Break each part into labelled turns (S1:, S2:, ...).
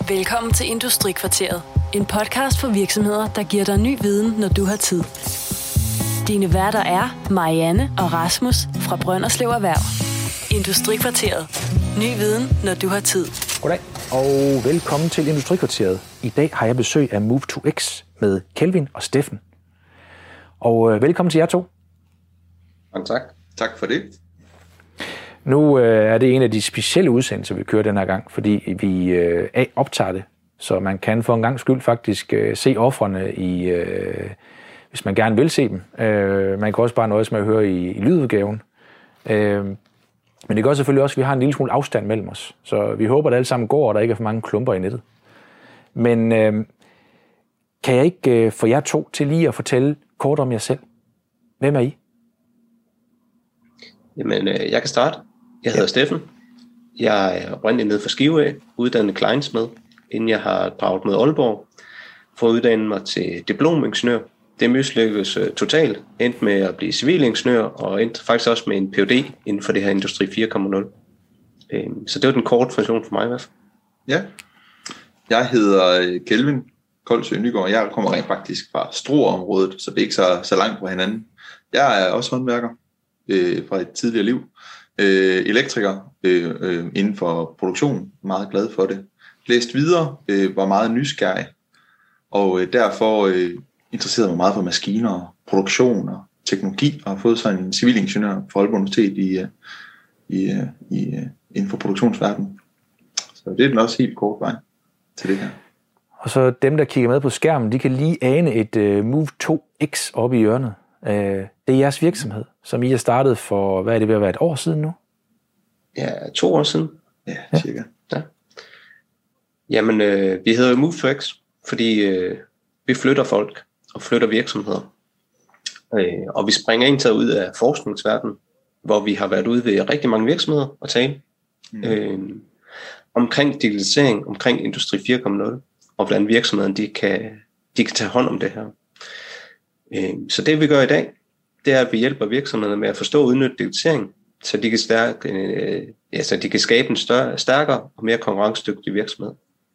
S1: Velkommen til Industrikvarteret. En podcast for virksomheder, der giver dig ny viden, når du har tid. Dine værter er Marianne og Rasmus fra Brønderslev Erhverv. Industrikvarteret. Ny viden, når du har tid.
S2: Goddag og velkommen til Industrikvarteret. I dag har jeg besøg af Move2X med Kelvin og Steffen. Og velkommen til jer to.
S3: Tak. Tak for det.
S2: Nu er det en af de specielle udsendelser, vi kører den her gang, fordi vi optager det, så man kan for en gang skyld faktisk se ofrene hvis man gerne vil se dem. Man kan også bare nøjes med at høre i lydudgaven. Men det gør selvfølgelig også, at vi har en lille smule afstand mellem os. Så vi håber, at det alle sammen går, og der ikke er for mange klumper i nettet. Men kan jeg ikke få jer to til lige at fortælle kort om jer selv? Hvem er I?
S3: Jamen, jeg kan starte. Jeg hedder Steffen. Jeg er oprindeligt nede fra Skive af, uddannet klejnsmed, inden jeg har draget med Aalborg, for at uddanne mig til diplomingeniør. Det mislykkedes totalt. Endte med at blive civilingeniør, og endte faktisk også med en Ph.D. inden for det her Industri 4.0. Så det var den korte version for mig i hvert fald.
S4: Ja. Jeg hedder Kelvin Koldsø Nygaard. Jeg kommer rent faktisk fra Struer-området, så det er ikke så langt fra hinanden. Jeg er også håndværker fra et tidligere liv. Elektriker inden for produktion. Meget glad for det. Læst videre, var meget nysgerrig, og derfor interesserede mig meget for maskiner, produktion og teknologi, og har fået sådan en civilingeniør fra Aalborg Universitet inden for produktionsverdenen. Så det er den også helt kort vej til det her.
S2: Og så dem, der kigger med på skærmen, de kan lige ane et Move2X oppe i hjørnet. Det er jeres virksomhed, som I har startet for, hvad er det ved at være, et år siden nu?
S3: Ja, 2 år siden.
S4: Ja, cirka.
S3: Ja. Jamen, vi hedder Move2X, fordi vi flytter folk og flytter virksomheder. Og vi springer egentlig ud af forskningsverdenen, hvor vi har været ude ved rigtig mange virksomheder og tale omkring digitalisering, omkring Industri 4.0, og hvordan virksomhederne de kan tage hånd om det her. Så det vi gør i dag, det er, at vi hjælper virksomhederne med at forstå og udnytte digitalisering, så de kan skabe en stærkere og mere konkurrencedygtig virksomhed.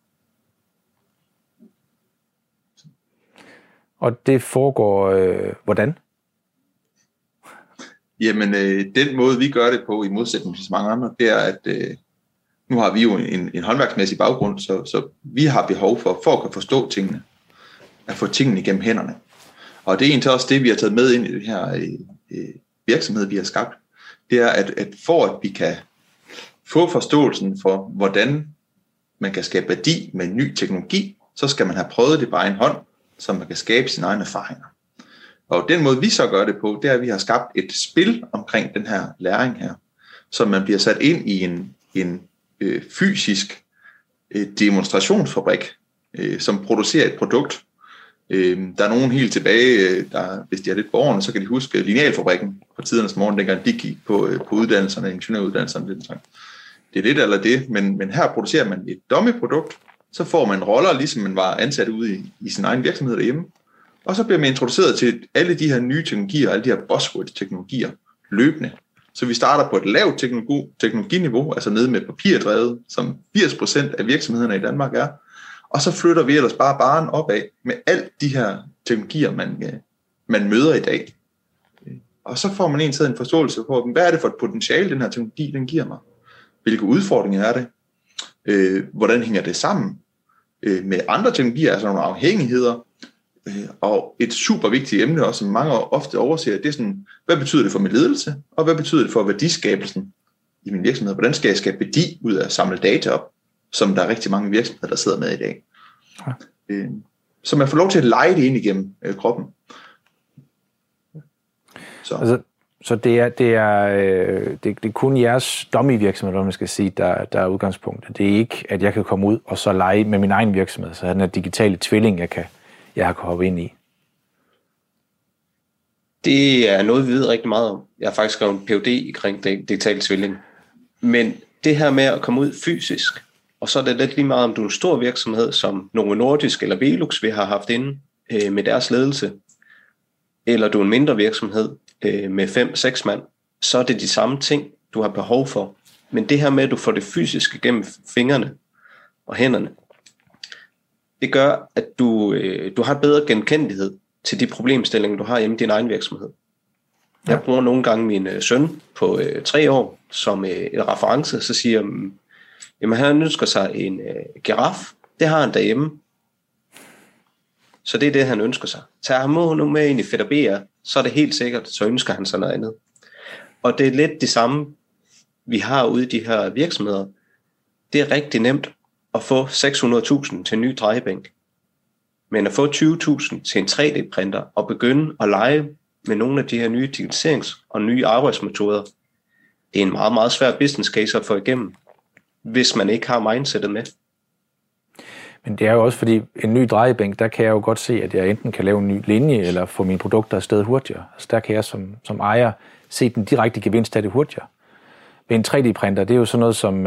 S2: Og det foregår hvordan?
S4: Jamen, den måde vi gør det på, i modsætning til mange andre, det er, at nu har vi jo en håndværksmæssig baggrund, så vi har behov for at kunne forstå tingene, at få tingene igennem hænderne. Og det er egentlig også det, vi har taget med ind i det her virksomhed, vi har skabt. Det er, at for at vi kan få forståelsen for, hvordan man kan skabe værdi med ny teknologi, så skal man have prøvet det på egen hånd, så man kan skabe sine egne erfaringer. Og den måde, vi så gør det på, det er, at vi har skabt et spil omkring den her læring her, så man bliver sat ind i en fysisk demonstrationsfabrik, som producerer et produkt. Der er nogen helt tilbage, hvis de er lidt på årene, så kan de huske linealfabrikken fra tidernes morgen, dengang de gik på uddannelserne, ingeniøruddannelserne. Det er lidt eller det, men her producerer man et dummy-produkt, så får man roller, ligesom man var ansat ude i sin egen virksomhed derhjemme, og så bliver man introduceret til alle de her nye teknologier, alle de her buzzword-teknologier løbende. Så vi starter på et lavt teknologiniveau, altså nede med papirdrevet, som 80% af virksomhederne i Danmark er, og så flytter vi ellers bare baren opad med alt de her teknologier, man møder i dag. Og så får man en forståelse for, hvad er det for et potentiale, den her teknologi den giver mig? Hvilke udfordringer er det? Hvordan hænger det sammen med andre teknologier, altså nogle afhængigheder? Og et super vigtigt emne, også, som mange ofte overser, det er sådan, hvad betyder det for min ledelse, og hvad betyder det for værdiskabelsen i min virksomhed? Hvordan skal jeg skabe værdi ud af at samle data op, som der er rigtig mange virksomheder, der sidder med i dag? Ja. Så man får lov til at lege det ind igennem kroppen.
S2: Så det er kun jeres dummy-virksomhed, hvad man skal sige, der er udgangspunktet. Det er ikke, at jeg kan komme ud og så lege med min egen virksomhed, så den her digitale tvilling, jeg har hoppet ind i.
S3: Det er noget, vi ved rigtig meget om. Jeg har faktisk skrevet en Ph.D. omkring digital tvilling. Men det her med at komme ud fysisk, og så er det lidt lige meget, om du er en stor virksomhed, som Novo Nordisk eller Velux, vi har haft inde med deres ledelse, eller du er en mindre virksomhed med 5-6 mand, så er det de samme ting, du har behov for. Men det her med, at du får det fysiske gennem fingrene og hænderne, Det gør, at du har bedre genkendelighed til de problemstillinger, du har hjemme i din egen virksomhed. Jeg bruger nogle gange min søn på 3 år som en reference, så siger jeg, han ønsker sig en giraf. Det har han derhjemme. Så det er det, han ønsker sig. Tager ham nu med ind i Fedabia, så er det helt sikkert, så ønsker han sig noget andet. Og det er lidt det samme, vi har ude i de her virksomheder. Det er rigtig nemt at få 600.000 til en ny drejebænk. Men at få 20.000 til en 3D-printer og begynde at lege med nogle af de her nye digitaliserings- og nye arbejdsmetoder, det er en meget, meget svær business case at få igennem, hvis man ikke har mindsetet med.
S2: Men det er jo også fordi, en ny drejebænk, der kan jeg jo godt se, at jeg enten kan lave en ny linje, eller få mine produkter afsted hurtigere. Altså der kan jeg som ejer se den direkte gevinst af det hurtigere. Ved en 3D-printer, det er jo sådan noget, som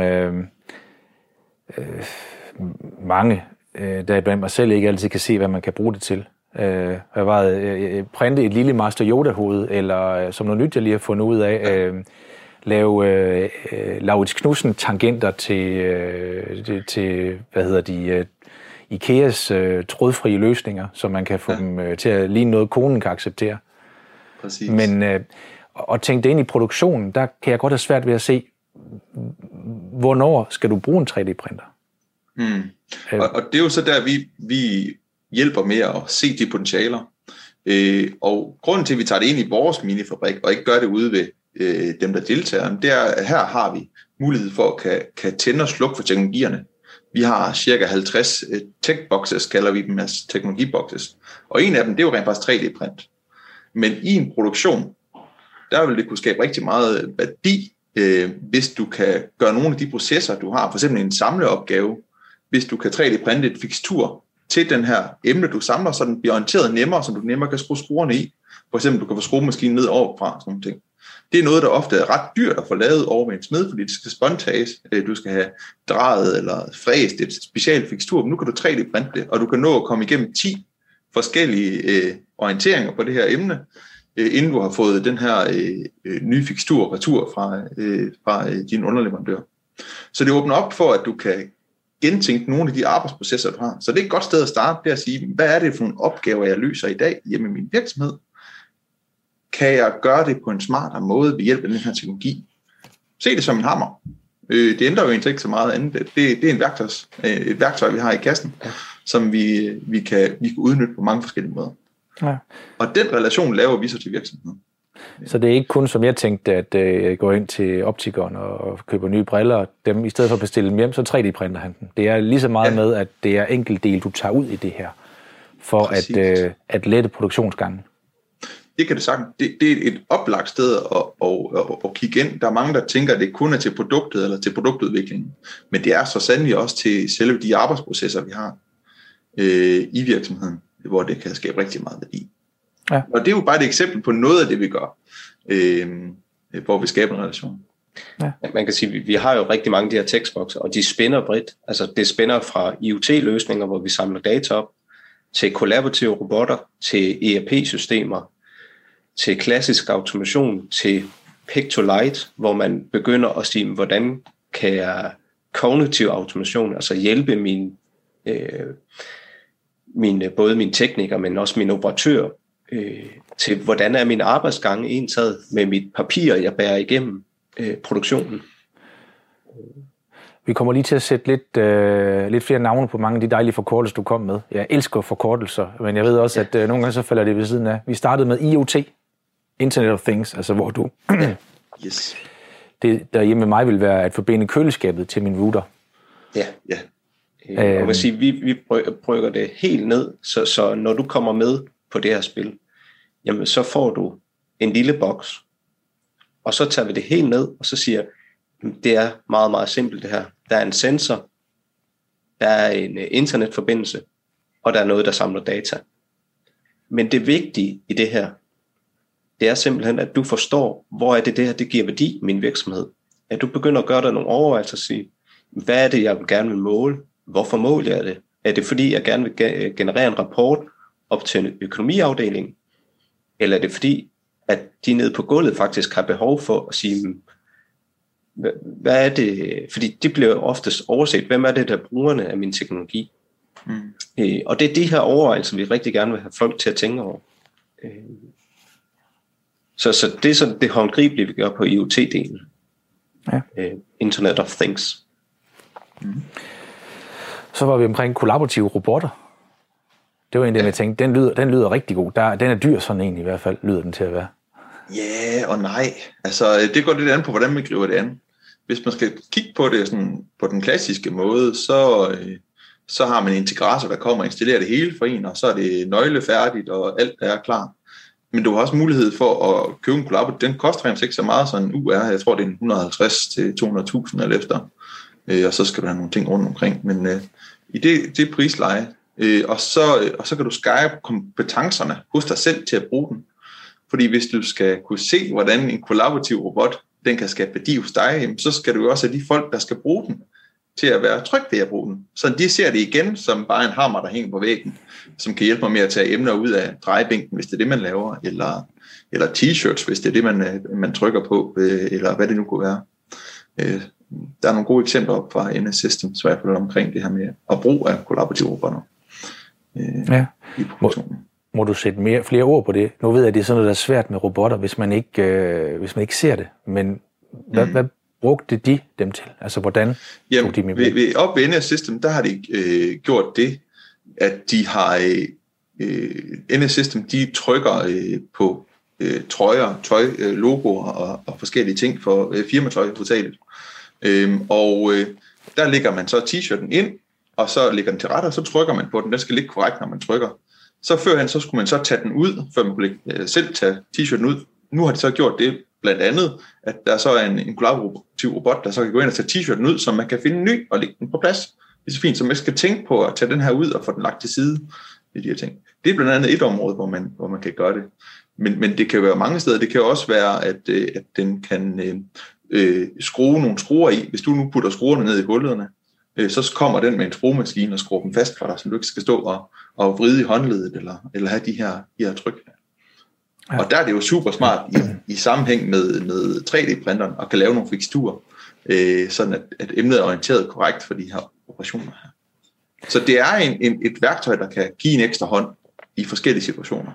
S2: mange, der blandt mig selv ikke altid kan se, hvad man kan bruge det til. Printe et lille Master Yoda-hoved, eller som noget nyt, jeg lige har fundet ud af, lave Laurits Knudsen tangenter til Ikeas trådfrie løsninger, så man kan få dem til at ligne noget, konen kan acceptere.
S4: Præcis.
S2: Men at tænke det ind i produktionen, der kan jeg godt have svært ved at se, hvornår skal du bruge en 3D-printer?
S4: Og det er jo så der, vi hjælper med at se de potentialer. Og grunden til, at vi tager det ind i vores minifabrik, og ikke gør det ude ved dem, der deltager, det er, at her har vi mulighed for at kan tænde og slukke for teknologierne. Vi har cirka 50 tech-boxes, kalder vi dem, altså teknologiboxes. Og en af dem, det er jo rent faktisk 3D-print. Men i en produktion, der vil det kunne skabe rigtig meget værdi, hvis du kan gøre nogle af de processer, du har, for eksempel en samleopgave, hvis du kan 3D-printe et fikstur til den her emne, du samler, så den bliver orienteret nemmere, så du nemmere kan skrue skruerne i. For eksempel, du kan få skruemaskinen ned overfra, sådan nogle ting. Det er noget, der ofte er ret dyrt at få lavet over med en smed, fordi det skal spåntages. Du skal have drejet eller fræst et specielt fikstur, men nu kan du 3D-printe det, og du kan nå at komme igennem 10 forskellige orienteringer på det her emne, inden du har fået den her nye fikstur retur fra din underleverandør. Så det åbner op for, at du kan gentænke nogle af de arbejdsprocesser, du har. Så det er et godt sted at starte, det at sige, hvad er det for nogle opgaver, jeg løser i dag hjemme i min virksomhed? Kan jeg gøre det på en smartere måde ved hjælp af den her teknologi? Se det som en hammer. Det ændrer jo egentlig ikke så meget andet. Det er et værktøj, vi har i kassen, som vi kan udnytte på mange forskellige måder. Ja. Og den relation laver vi så til virksomheden.
S2: Så det er ikke kun, som jeg tænkte, at jeg går ind til optikeren og køber nye briller, dem i stedet for at bestille dem hjem, så 3D-printer han den. Det er lige så meget med, at det er enkelt del, du tager ud i det her, for at lette produktionsgangen.
S4: Det kan det sagtens. Det er et oplagt sted at kigge ind. Der er mange, der tænker, at det kun er til produktet eller til produktudviklingen. Men det er så sandelig også til selve de arbejdsprocesser, vi har i virksomheden, hvor det kan skabe rigtig meget værdi. Ja. Og det er jo bare et eksempel på noget af det, vi gør, hvor vi skaber en relation.
S3: Ja. Man kan sige, at vi har jo rigtig mange af de her tekstbokser, og de spænder bredt. Altså det spænder fra IoT-løsninger, hvor vi samler data op, til kollaborative robotter, til ERP-systemer, til klassisk automation, til pick-to-light, hvor man begynder at sige, hvordan kan jeg kognitiv automation, altså hjælpe både mine teknikere, men også mine operatører, til hvordan er min arbejdsgang ensad med mit papir, jeg bærer igennem produktionen.
S2: Vi kommer lige til at sætte lidt flere navne på mange af de dejlige forkortelser, du kom med. Jeg elsker forkortelser, men jeg ved også, at nogle gange så falder det ved siden af. Vi startede med IoT, Internet of Things, altså hvor du...
S4: Yes.
S2: Det derhjemme med mig vil være at forbinde køleskabet til min router.
S3: Ja. Og vil sige, vi brygger det helt ned, så når du kommer med på det her spil, jamen så får du en lille boks, og så tager vi det helt ned, og så siger det er meget, meget simpelt det her. Der er en sensor, der er en internetforbindelse, og der er noget, der samler data. Men det vigtige i det her, det er simpelthen, at du forstår, hvor er det her, det giver værdi i min virksomhed. At du begynder at gøre dig nogle overvejelser og sige, hvad er det, jeg gerne vil måle? Hvorfor måler jeg det? Er det fordi, jeg gerne vil generere en rapport op til en økonomiafdeling? Eller er det fordi, at de nede på gulvet faktisk har behov for at sige, hvad er det? Fordi det bliver oftest overset. Hvem er det, der er brugerne af min teknologi? Og det er de her overvejelser, vi rigtig gerne vil have folk til at tænke over. Så det er sådan det håndgribelige, vi gør på IoT-delen.
S2: Ja.
S3: Internet of Things.
S2: Så var vi omkring kollaborative robotter. Det var egentlig, jeg tænkte, den lyder rigtig god. Den er dyr sådan egentlig i hvert fald, lyder den til at være.
S4: Ja og nej. Altså, det går lidt an på, hvordan man griber det an. Hvis man skal kigge på det sådan, på den klassiske måde, så har man en integrator, der kommer og installerer det hele for en, og så er det nøglefærdigt, og alt er klar. Men du har også mulighed for at købe en kollaborativ. Den koster faktisk ikke så meget, sådan en UR. Jeg tror, det er 150-200.000 eller efter. Og så skal du have nogle ting rundt omkring. Men i det prisleje, og så kan du skære kompetencerne hos dig selv til at bruge den. Fordi hvis du skal kunne se, hvordan en kollaborativ robot, den kan skabe værdi hos dig, så skal du jo også have de folk, der skal bruge den, til at være tryg ved at bruge den. Så de ser det igen som bare en hammer, der hænger på væggen, som kan hjælpe mig med at tage emner ud af drejebænken, hvis det er det, man laver, eller t-shirts, hvis det er det, man trykker på, eller hvad det nu kunne være. Der er nogle gode eksempler op fra NS Systems, i hvert fald omkring det her med at bruge af kollaborative robotter i produktionen.
S2: Må du sætte flere ord på det? Nu ved jeg, at det er sådan noget, der er svært med robotter, hvis man ikke ser det. Men hvad brugte de dem til? Altså, hvordan tog de med?
S4: Op ved NS System, der har de gjort det, at de har NS System, de trykker på trøjer, tøj, logoer og forskellige ting for firmatøj hovedsageligt. Der lægger man så t-shirten ind, og så lægger den til rette, og så trykker man på den. Den skal ligge korrekt, når man trykker. Så førhen, så skulle man så tage den ud, før man kunne selv tage t-shirten ud. Nu har de så gjort det blandt andet, at der så er en kollaborativ robot, der så kan gå ind og tage t-shirten ud, så man kan finde en ny og lægge den på plads. Det er så fint, så man skal tænke på at tage den her ud og få den lagt til side. De her ting. Det er blandt andet et område, hvor man kan gøre det. Men det kan jo være mange steder. Det kan jo også være, at den kan skrue nogle skruer i. Hvis du nu putter skruerne ned i hullerne, så kommer den med en skruemaskine og skruer dem fast for dig, så du ikke skal stå og vride i håndledet eller have de her tryk. Ja. Og der er det jo super smart i sammenhæng med 3D-printeren og kan lave nogle fiksturer, sådan at emnet er orienteret korrekt for de her operationer her. Så det er et værktøj, der kan give en ekstra hånd i forskellige situationer.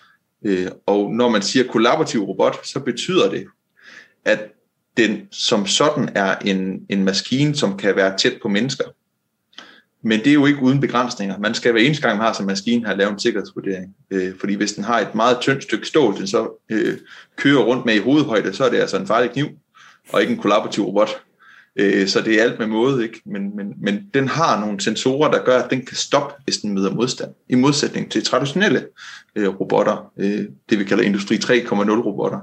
S4: Og når man siger kollaborativ robot, så betyder det, at den som sådan er en maskine, som kan være tæt på mennesker. Men det er jo ikke uden begrænsninger. Man skal hver eneste gang, man har sådan en maskine, have lavet en sikkerhedsvurdering. Fordi hvis den har et meget tyndt stykke stål, den så kører rundt med i hovedhøjde, så er det altså en farlig kniv, og ikke en kollaborativ robot. Så det er alt med måde, ikke? Men den har nogle sensorer, der gør, at den kan stoppe, hvis den møder modstand. I modsætning til traditionelle robotter, det vi kalder Industri 3.0 robotter,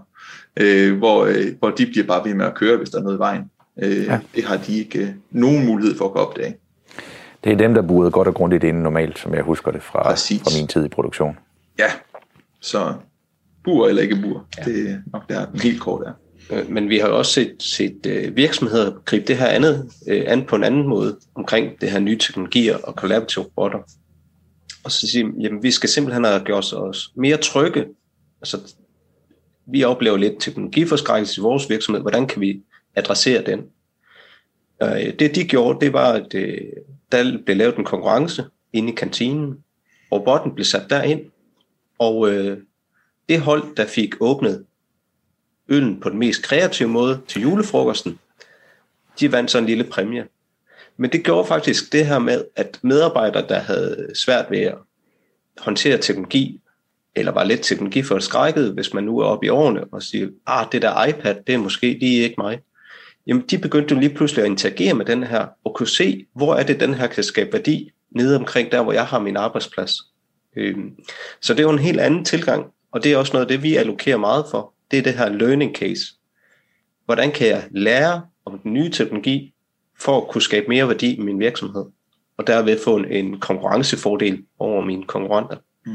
S4: hvor de bliver bare ved med at køre, hvis der er noget i vejen. Det har de ikke nogen mulighed for at kunne opdage.
S2: Det er dem, der burede godt og grundigt inden normalt, som jeg husker det fra min tid i produktion.
S4: Ja, så bur eller ikke bur, det er nok der den helt kort er.
S3: Men vi har jo også set virksomheder gribe det her an på en anden måde omkring det her nye teknologier og collaborative robotter. Og så sige, jamen vi skal simpelthen have gjort os mere trygge. Altså, vi oplever lidt teknologiforskrækkelse i vores virksomhed. Hvordan kan vi adressere den? Det de gjorde, det var, at der blev lavet en konkurrence inde i kantinen. Robotten blev sat derind, og det hold, der fik åbnet øllen på den mest kreative måde til julefrokosten, de vandt så en lille præmie. Men det gjorde faktisk det her med, at medarbejdere, der havde svært ved at håndtere teknologi, eller var lidt teknologiforskrækket, hvis man nu er oppe i årene og siger, det der iPad, det er måske lige ikke mig. Jamen, de begyndte jo lige pludselig at interagere med den her, og kunne se, hvor er det, den her kan skabe værdi, nede omkring der, hvor jeg har min arbejdsplads. Så det er jo en helt anden tilgang, og det er også noget af det, vi allokerer meget for. Det er det her learning case. Hvordan kan jeg lære om den nye teknologi, for at kunne skabe mere værdi i min virksomhed, og derved få en konkurrencefordel over mine konkurrenter.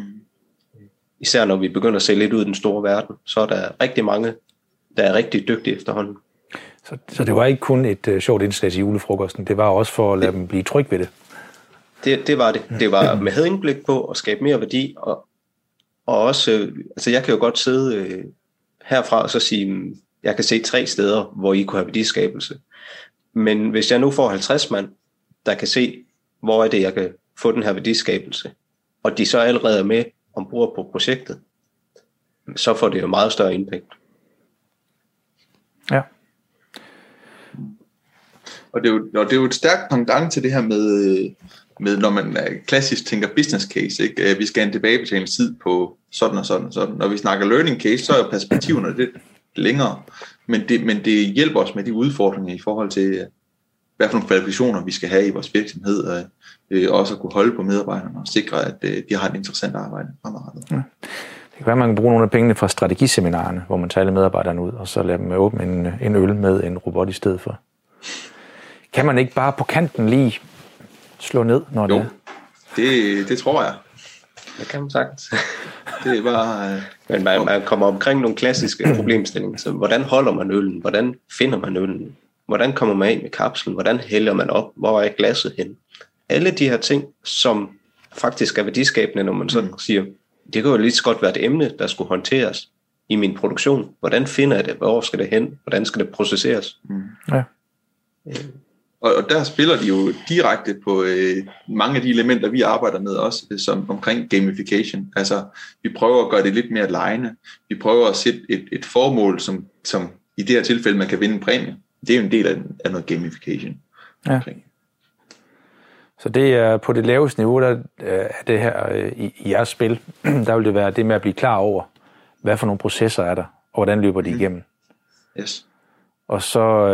S3: Især når vi begynder at se lidt ud i den store verden, så er der rigtig mange, der er rigtig dygtige efterhånden.
S2: Så det var ikke kun et sjovt indslag til julefrokosten, det var også for at lade dem blive tryg ved det?
S3: Det var det. Det var med henblik på at skabe mere værdi, og også, altså jeg kan jo godt sidde herfra og så sige, jeg kan se 3 steder, hvor I kunne have værdiskabelse. Men hvis jeg nu får 50 mand, der kan se, hvor er det, jeg kan få den her værdiskabelse, og de så allerede er med ombord på projektet, så får det jo meget større impact.
S2: Ja.
S4: Og det er jo et stærkt pendant til det her med når man klassisk tænker business case, ikke? Vi skal have en tilbagebetalingstid på sådan og sådan og sådan. Når vi snakker learning case, så er perspektiverne lidt længere, men det hjælper os med de udfordringer i forhold til, hvad for nogle kvalifikationer vi skal have i vores virksomhed, og også at kunne holde på medarbejderne og sikre, at de har et interessant arbejde fremadrettet. Ja.
S2: Det kan være, at man kan bruge nogle af pengene fra strategiseminarerne, hvor man tager alle medarbejderne ud, og så lader dem åbne en øl med en robot i stedet for. Kan man ikke bare på kanten lige slå ned, når det er?
S4: Det tror jeg.
S3: Det kan man sagtens.
S4: Det er bare...
S3: Men man kommer omkring nogle klassiske problemstillinger. Så hvordan holder man øllen? Hvordan finder man øllen? Hvordan kommer man ind med kapslen? Hvordan hælder man op? Hvor er glasset hen? Alle de her ting, som faktisk er værdiskabende, når man så siger, det kan jo lige så godt være et emne, der skulle håndteres i min produktion. Hvordan finder jeg det? Hvor skal det hen? Hvordan skal det processeres?
S2: Ja.
S4: Og der spiller de jo direkte på mange af de elementer, vi arbejder med også, som omkring gamification. Altså, vi prøver at gøre det lidt mere legende. Vi prøver at sætte et formål, som i det her tilfælde, man kan vinde en præmie. Det er jo en del af noget gamification.
S2: Ja. Så det er på det laveste niveau, der er det her i jeres spil. Der vil det være det med at blive klar over, hvad for nogle processer er der, og hvordan løber de igennem.
S4: Yes.
S2: Og så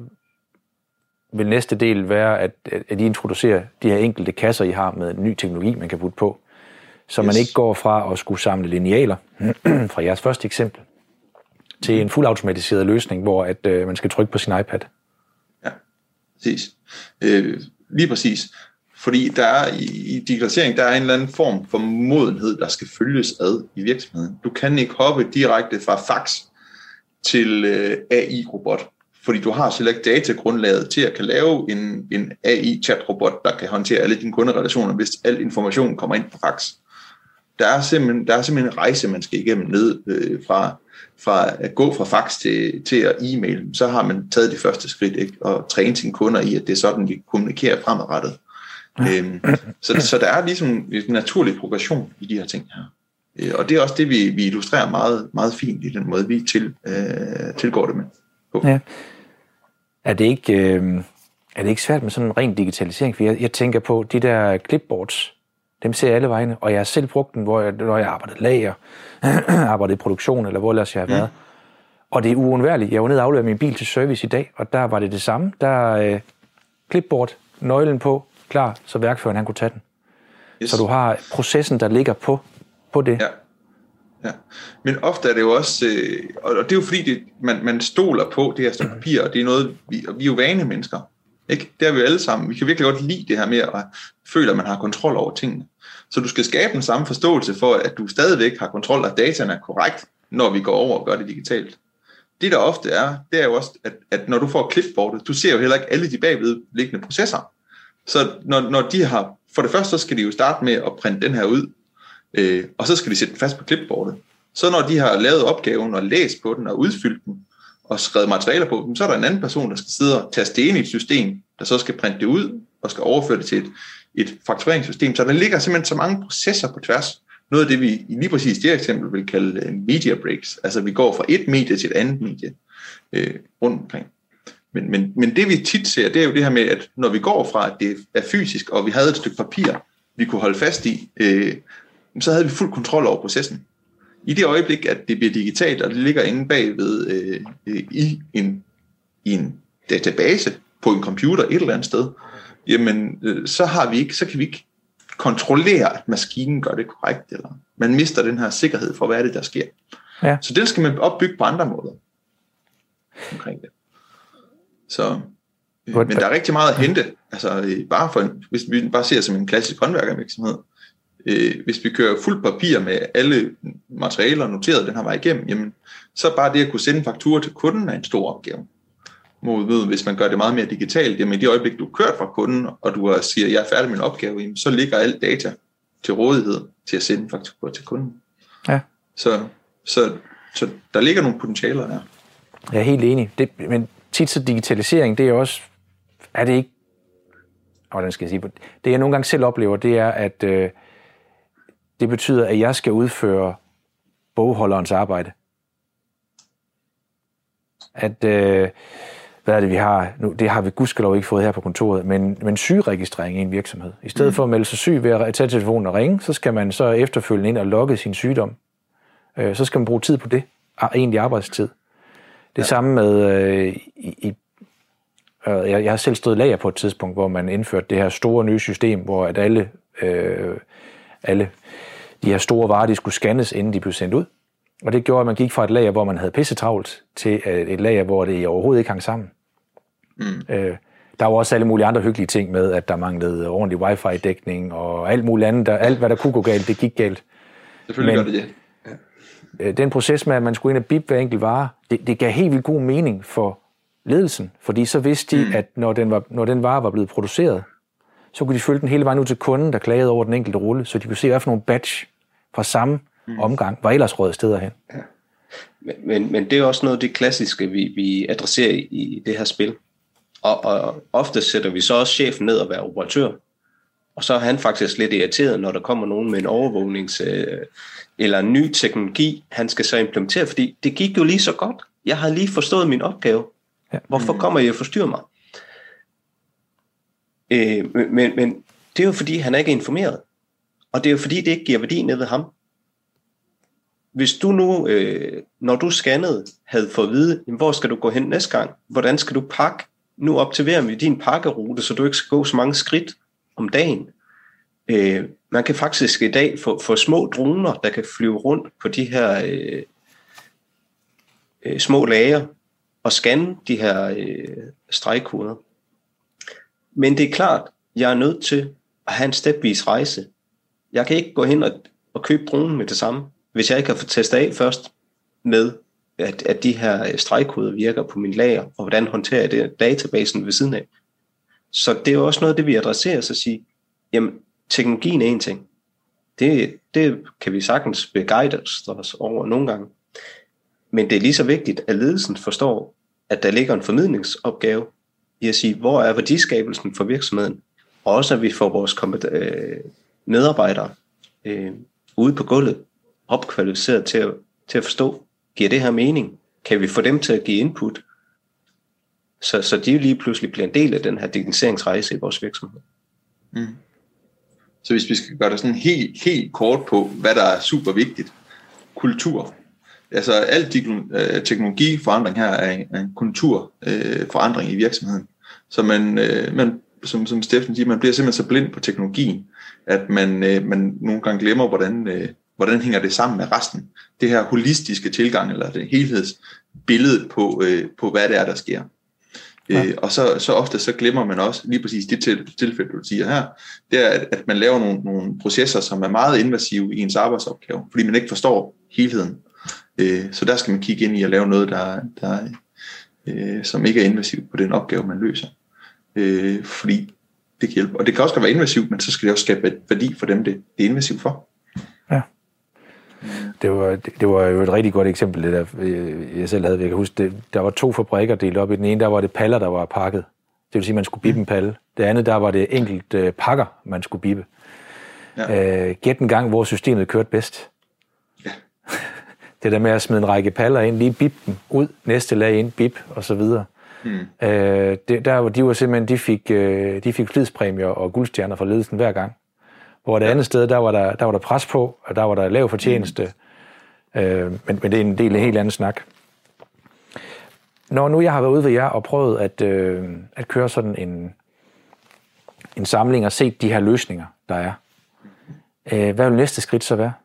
S2: vil næste del være, at I introducerer de her enkelte kasser, I har med ny teknologi, man kan putte på. Så man ikke går fra at skulle samle linealer, fra jeres første eksempel, til en fuldautomatiseret løsning, hvor at man skal trykke på sin iPad.
S4: Ja, præcis. Lige præcis. Fordi der er i digitalisering, der er en eller anden form for modenhed, der skal følges ad i virksomheden. Du kan ikke hoppe direkte fra fax til AI-robot, fordi du har slet ikke datagrundlaget til at kan lave en AI-chat-robot, der kan håndtere alle dine kunderelationer, hvis al information kommer ind på fax. Der er simpelthen en rejse, man skal igennem ned fra at gå fra fax til at e-mail. Så har man taget det første skridt, ikke? Og træne sine kunder i, at det er sådan, vi kommunikerer fremadrettet. Så der er ligesom en naturlig progression i de her ting her. Og det er også det, vi illustrerer meget, meget fint i den måde, vi tilgår det med.
S2: Ja. Er det ikke svært med sådan en ren digitalisering? For jeg tænker på de der clipboards, dem ser jeg alle vegne, og jeg har selv brugt den, når jeg arbejdede lager, arbejdede i produktion, eller hvor ellers jeg har været. Og det er uundværligt. Jeg var nede og afleverede min bil til service i dag, og der var det samme. Der clipboard, nøglen på, klar, så værkføreren han kunne tage den. Yes. Så du har processen, der ligger på det.
S4: Ja. Men ofte er det jo også, og det er jo fordi, man stoler på det her stykke papir, og det er noget, vi er jo vane mennesker. Ikke? Det er vi jo alle sammen. Vi kan virkelig godt lide det her med at føle, at man har kontrol over tingene. Så du skal skabe den samme forståelse for, at du stadigvæk har kontrol, at dataen er korrekt, når vi går over og gør det digitalt. Det der ofte er, det er jo også, at når du får clipboardet, du ser jo heller ikke alle de bagvedliggende processer. Så når de har, for det første, så skal de jo starte med at printe den her ud, og så skal de sætte den fast på clipboardet. Så når de har lavet opgaven og læst på den og udfyldt den, og skrevet materialer på dem, så er der en anden person, der skal sidde og taste det ind i et system, der så skal printe det ud, og skal overføre det til et faktureringssystem. Så der ligger simpelthen så mange processer på tværs. Noget af det, vi i lige præcis det eksempel vil kalde media breaks. Altså vi går fra et medie til et andet medie rundt omkring. Men det vi tit ser, det er jo det her med, at når vi går fra, at det er fysisk, og vi havde et stykke papir, vi kunne holde fast i, så havde vi fuld kontrol over processen. I det øjeblik, at det bliver digitalt, og det ligger inde bagved i en database på en computer et eller andet sted, jamen så kan vi ikke kontrollere, at maskinen gør det korrekt, eller man mister den her sikkerhed for, hvad er det, der sker. Ja. Så den skal man opbygge på andre måder omkring det. Så, men der er rigtig meget at hente. Altså, hvis vi bare ser som en klassisk håndværkervirksomhed, hvis vi kører fuldt papir med alle materialer noteret den her vej igennem, jamen, så bare det at kunne sende en faktura til kunden er en stor opgave. Hvis man gør det meget mere digitalt, jamen i det øjeblik, du er kørt fra kunden, og du siger, jeg er færdig med en opgave, jamen, så ligger alt data til rådighed til at sende en faktura til kunden. Ja. Så der ligger nogle potentialer der. Jeg
S2: er helt enig. Men tit så digitalisering, det er også, er det ikke hvordan skal jeg sige, det jeg nogle gange selv oplever, det er, at det betyder, at jeg skal udføre bogholderens arbejde. At, hvad er det, vi har nu? Det har vi gudskelov ikke fået her på kontoret, men sygeregistrering i en virksomhed. I stedet for at melde sig syg ved at tage telefonen og ringe, så skal man så efterfølgende ind og logge sin sygdom. Så skal man bruge tid på det, egentlig arbejdstid. Det samme med, jeg har selv stået lager på et tidspunkt, hvor man indførte det her store nye system, hvor at alle de her store varer, de skulle scannes, inden de blev sendt ud. Og det gjorde, at man gik fra et lager, hvor man havde pissetravlt, til et lager, hvor det overhovedet ikke hang sammen. Der var også alle mulige andre hyggelige ting med, at der manglede ordentlig wifi-dækning, og alt muligt andet. Alt, hvad der kunne gå galt, det gik galt.
S4: Selvfølgelig gør det det.
S2: Den proces med, at man skulle ind og bippe hver enkelt vare, det gav helt vildt god mening for ledelsen, fordi så vidste de, at når den vare var blevet produceret, så kunne de følge den hele vejen ud til kunden, der klagede over den enkelte rulle, så de kunne se, hvad for nogle batch fra samme omgang var ellers røget steder hen.
S3: Ja. Men det er også noget af det klassiske, vi adresserer i det her spil. Og ofte sætter vi så også chefen ned og være operatør. Og så er han faktisk lidt irriteret, når der kommer nogen med en eller en ny teknologi, han skal så implementere, fordi det gik jo lige så godt. Jeg har lige forstået min opgave. Ja. Hvorfor kommer I og forstyrrer mig? Men det er jo fordi, han er ikke informeret. Og det er jo fordi, det ikke giver værdi ned ved ham. Hvis du nu, når du scannede, havde fået at vide, hvor skal du gå hen næste gang? Hvordan skal du pakke? Nu optimerer vi din pakkerute, så du ikke skal gå så mange skridt om dagen. Man kan faktisk i dag få små droner, der kan flyve rundt på de her små lager og scanne de her stregkoder. Men det er klart, jeg er nødt til at have en stepvis rejse. Jeg kan ikke gå hen og købe dronen med det samme, hvis jeg ikke har fået testet af først med, at de her stregkoder virker på min lager, og hvordan håndterer jeg det databasen ved siden af. Så det er jo også noget af det, vi adresserer, så at sige, jamen, teknologien er en ting. Det kan vi sagtens beguide os over nogle gange. Men det er lige så vigtigt, at ledelsen forstår, at der ligger en formidlingsopgave i at sige, hvor er værdiskabelsen for virksomheden, og også at vi får vores medarbejdere ude på gulvet opkvalificeret til at forstå, giver det her mening? Kan vi få dem til at give input? Så de lige pludselig bliver en del af den her digitaliseringsrejse i vores virksomhed.
S4: Så hvis vi skal gøre det sådan helt kort på, hvad der er super vigtigt. Kultur. Altså al teknologiforandring her er en kulturforandring i virksomheden. Så man som Steffen siger, man bliver simpelthen så blind på teknologien, at man nogle gange glemmer, hvordan hænger det sammen med resten. Det her holistiske tilgang, eller det helhedsbillede på hvad det er, der sker. Ja. Og så ofte så glemmer man også lige præcis det tilfælde, du siger her, det er, at man laver nogle processer, som er meget invasive i ens arbejdsopgave, fordi man ikke forstår helheden. Så der skal man kigge ind i at lave noget, der som ikke er invasivt på den opgave, man løser. Fordi det kan hjælpe. Og det kan også godt være invasivt, men så skal det også skabe værdi for dem, det er invasivt for.
S2: Ja. Det var jo et rigtig godt eksempel, det der jeg selv havde. Jeg kan huske, der var 2 fabrikker delt op. I den ene, der var det paller, der var pakket. Det vil sige, at man skulle bippe en palle. Det andet, der var det enkelt pakker, man skulle bippe. Ja. Gæt en gang, hvor systemet kørte bedst. Ja. Det der med at smide en række paller ind, lige bippe dem ud, næste lag ind, bip, og så videre. De var simpelthen, de fik flidspræmier og guldstjerner fra ledelsen hver gang. Hvor det andet sted, der var der pres på, og der var der lav fortjeneste. Men det er en del af en helt anden snak. Når nu jeg har været ude ved jer og prøvet at køre sådan en samling og set de her løsninger, der er, hvad vil næste skridt så være?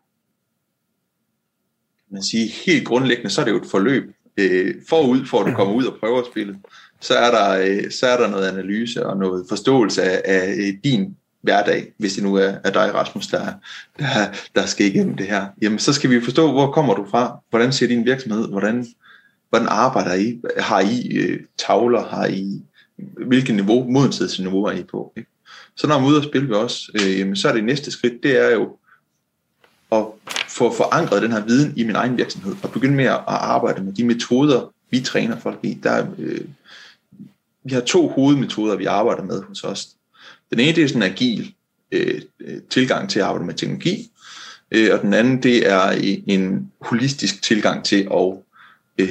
S4: Man siger helt grundlæggende, så er det jo et forløb. Forud for at du kommer ud og prøver spillet, så er der noget analyse og noget forståelse af din hverdag, hvis det nu er dig, Rasmus, der skal igennem det her. Jamen, så skal vi forstå, hvor kommer du fra? Hvordan ser din virksomhed? Hvordan arbejder I? Har I tavler? Har I hvilket niveau, modenhedsniveau er I på? Ikke? Så når man er ude og spille ved os, så er det næste skridt, det er jo at få forankret den her viden i min egen virksomhed, og begynde med at arbejde med de metoder, vi træner folk i. Vi har 2 hovedmetoder, vi arbejder med hos os. Den ene, det er sådan en agil tilgang til at arbejde med teknologi, og den anden, det er en holistisk tilgang til at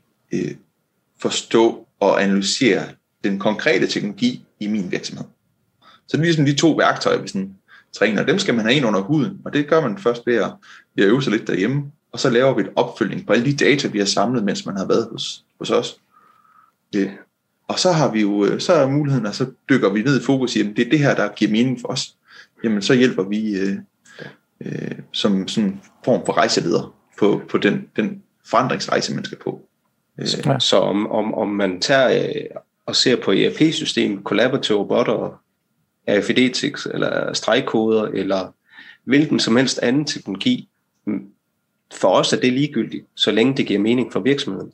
S4: forstå og analysere den konkrete teknologi i min virksomhed. Så det er ligesom de to værktøjer, vi sådan træner. Dem skal man have ind under huden, og det gør man først ved at øve sig lidt derhjemme, og så laver vi et opfølgning på alle de data, vi har samlet, mens man har været hos os. Og så har vi jo, så er muligheden, og så dykker vi ned i fokus i, at det er det her, der giver mening for os. Jamen, så hjælper vi som sådan en form for rejseleder på den forandringsrejse, man skal på.
S3: Så om man tager og ser på ERP-system, collaborative robotter, RFID-tics eller stregkoder, eller hvilken som helst anden teknologi, for os er det ligegyldigt, så længe det giver mening for virksomheden.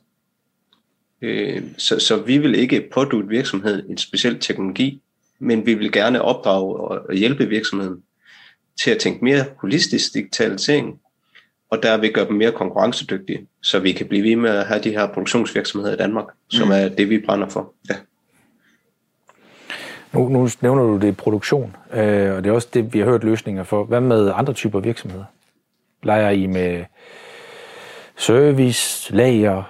S3: Så vi vil ikke pådutte virksomheden en speciel teknologi, men vi vil gerne opdrage og hjælpe virksomheden til at tænke mere holistisk digitalisering, og der vil gøre dem mere konkurrencedygtige, så vi kan blive ved med at have de her produktionsvirksomheder i Danmark, som er det, vi brænder for. Ja.
S2: Nu nævner du det produktion, og det er også det, vi har hørt løsninger for. Hvad med andre typer virksomheder? Leger I med service, lager?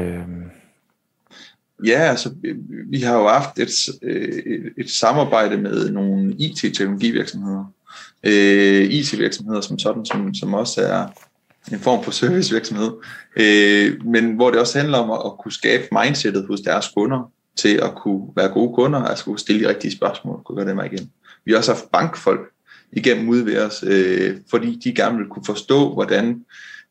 S4: Ja, altså vi har jo haft et samarbejde med nogle IT-teknologivirksomheder. IT-virksomheder som sådan, som også er en form for servicevirksomhed, men hvor det også handler om at kunne skabe mindsetet hos deres kunder, til at kunne være gode kunder, altså kunne stille de rigtige spørgsmål, kunne gøre det mig igen. Vi har også haft bankfolk igennem ude ved os, fordi de gerne vil kunne forstå, hvordan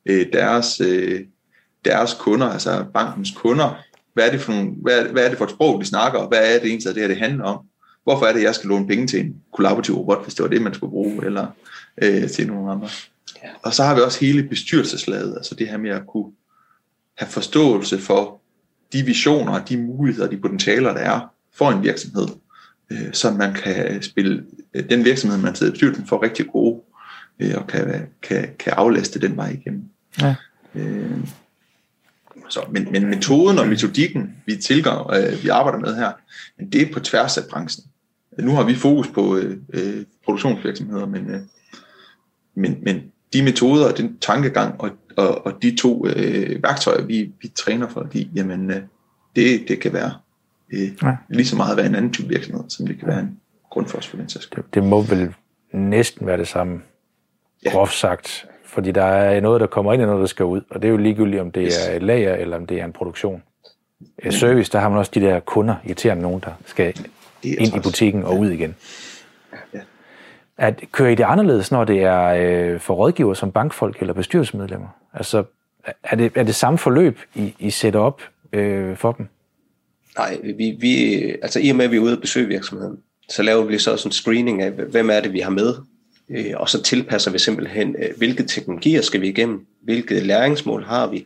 S4: deres kunder, altså bankens kunder, hvad er det for et sprog, de snakker, og hvad er det egentlig, det her det handler om? Hvorfor er det, jeg skal låne penge til en kollaborativ robot, hvis det var det, man skulle bruge, eller til nogle andre? Ja. Og så har vi også hele bestyrelseslaget, altså det her med at kunne have forståelse for de visioner og de muligheder, de potentialer, der er for en virksomhed, så man kan spille den virksomhed, man sidder i bestyrelsen for rigtig gode, og kan aflaste den vej igennem. Ja. Men metoden og metodikken, vi arbejder med her, det er på tværs af branchen. Nu har vi fokus på produktionsvirksomheder, men de metoder og den tankegang og de to værktøjer, vi træner for, det kan være lige så meget være en anden type virksomhed, som det kan være en Grundfos for den sags skyld.
S2: Det må vel næsten være det samme, groft sagt, fordi der er noget, der kommer ind, og noget, der skal ud, og det er jo ligegyldigt, om det er et lager, eller om det er en produktion. Service, der har man også de der kunder, irriterende nogen, der skal ind i butikken og ud igen. Ja. Kører I det anderledes, når det er for rådgiver som bankfolk eller bestyrelsesmedlemmer? Altså, er det samme forløb, I sætter op for dem?
S3: Nej, altså i og med, at vi er ude at besøge virksomheden, så laver vi så sådan en screening af, hvem er det, vi har med, og så tilpasser vi simpelthen, hvilke teknologier skal vi igennem, hvilke læringsmål har vi,